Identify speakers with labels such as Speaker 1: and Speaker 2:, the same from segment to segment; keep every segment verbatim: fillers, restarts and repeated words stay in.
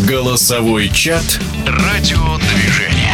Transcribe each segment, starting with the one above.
Speaker 1: Голосовой чат радиодвижения.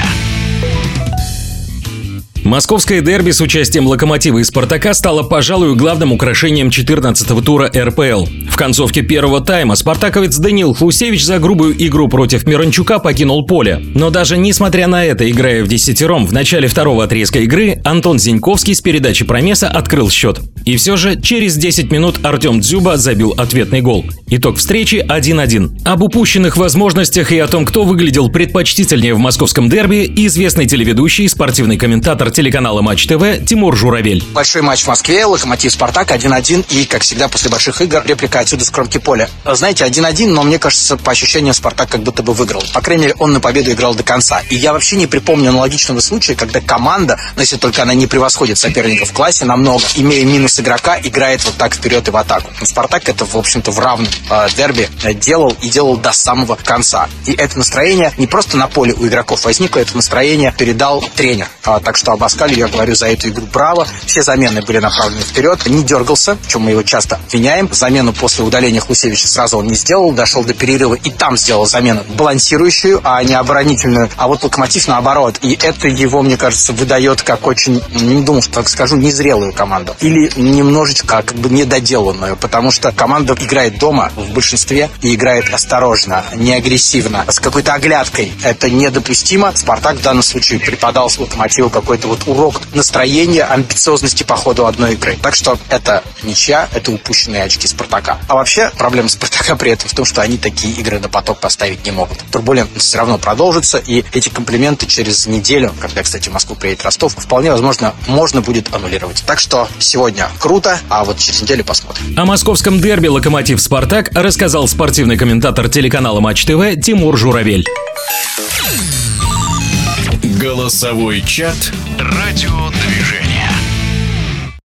Speaker 2: Московское дерби с участием «Локомотива» и «Спартака» стало, пожалуй, главным украшением четырнадцатого тура эр пэ эл. В концовке первого тайма спартаковец Даниил Хлусевич за грубую игру против Миранчука покинул поле. Но даже несмотря на это, играя в десятером, в начале второго отрезка игры Антон Зиньковский с передачи Промеса открыл счет. И все же через десять минут Артем Дзюба забил ответный гол. Итог встречи один один. Об упущенных возможностях и о том, кто выглядел предпочтительнее в московском дерби, известный телеведущий и спортивный комментатор телеканала Матч ТВ Тимур Журавель.
Speaker 3: Большой матч в Москве, Локомотив Спартак один один, и, как всегда, после больших игр реплика отсюда с кромки поля. Знаете, один один, но мне кажется, по ощущениям Спартак как будто бы выиграл. По крайней мере, он на победу играл до конца. И я вообще не припомню аналогичного случая, когда команда, но если только она не превосходит соперника в классе намного, имея минус игрока, играет вот так вперед и в атаку. Спартак это, в общем-то, в равном э, дерби делал и делал до самого конца. И это настроение не просто на поле у игроков возникло, это настроение передал тренер. А, так что Абаскалю я говорю за эту игру браво. Все замены были направлены вперед. Не дергался, в чем мы его часто обвиняем. Замену после удаления Хлусевича сразу он не сделал. Дошел до перерыва и там сделал замену балансирующую, а не оборонительную. А вот Локомотив наоборот. И это его, мне кажется, выдает как очень, не думал, что так скажу, незрелую команду. Или немножечко как бы недоделанную. Потому что команда играет дома в большинстве и играет осторожно, не агрессивно, с какой-то оглядкой. Это недопустимо. Спартак в данном случае преподал Локомотиву какой-то вот урок настроения, амбициозности по ходу одной игры. Так что это ничья, это упущенные очки Спартака. А вообще проблема Спартака при этом в том, что они такие игры на поток поставить не могут. Турбулентность все равно продолжится, и эти комплименты через неделю, когда, кстати, в Москву приедет Ростов, вполне возможно, можно будет аннулировать. Так что сегодня круто, а вот через неделю посмотрим.
Speaker 2: О московском дерби «Локомотив-Спартак» рассказал спортивный комментатор телеканала Матч ТВ Тимур Журавель.
Speaker 1: Голосовой чат радиодвижения.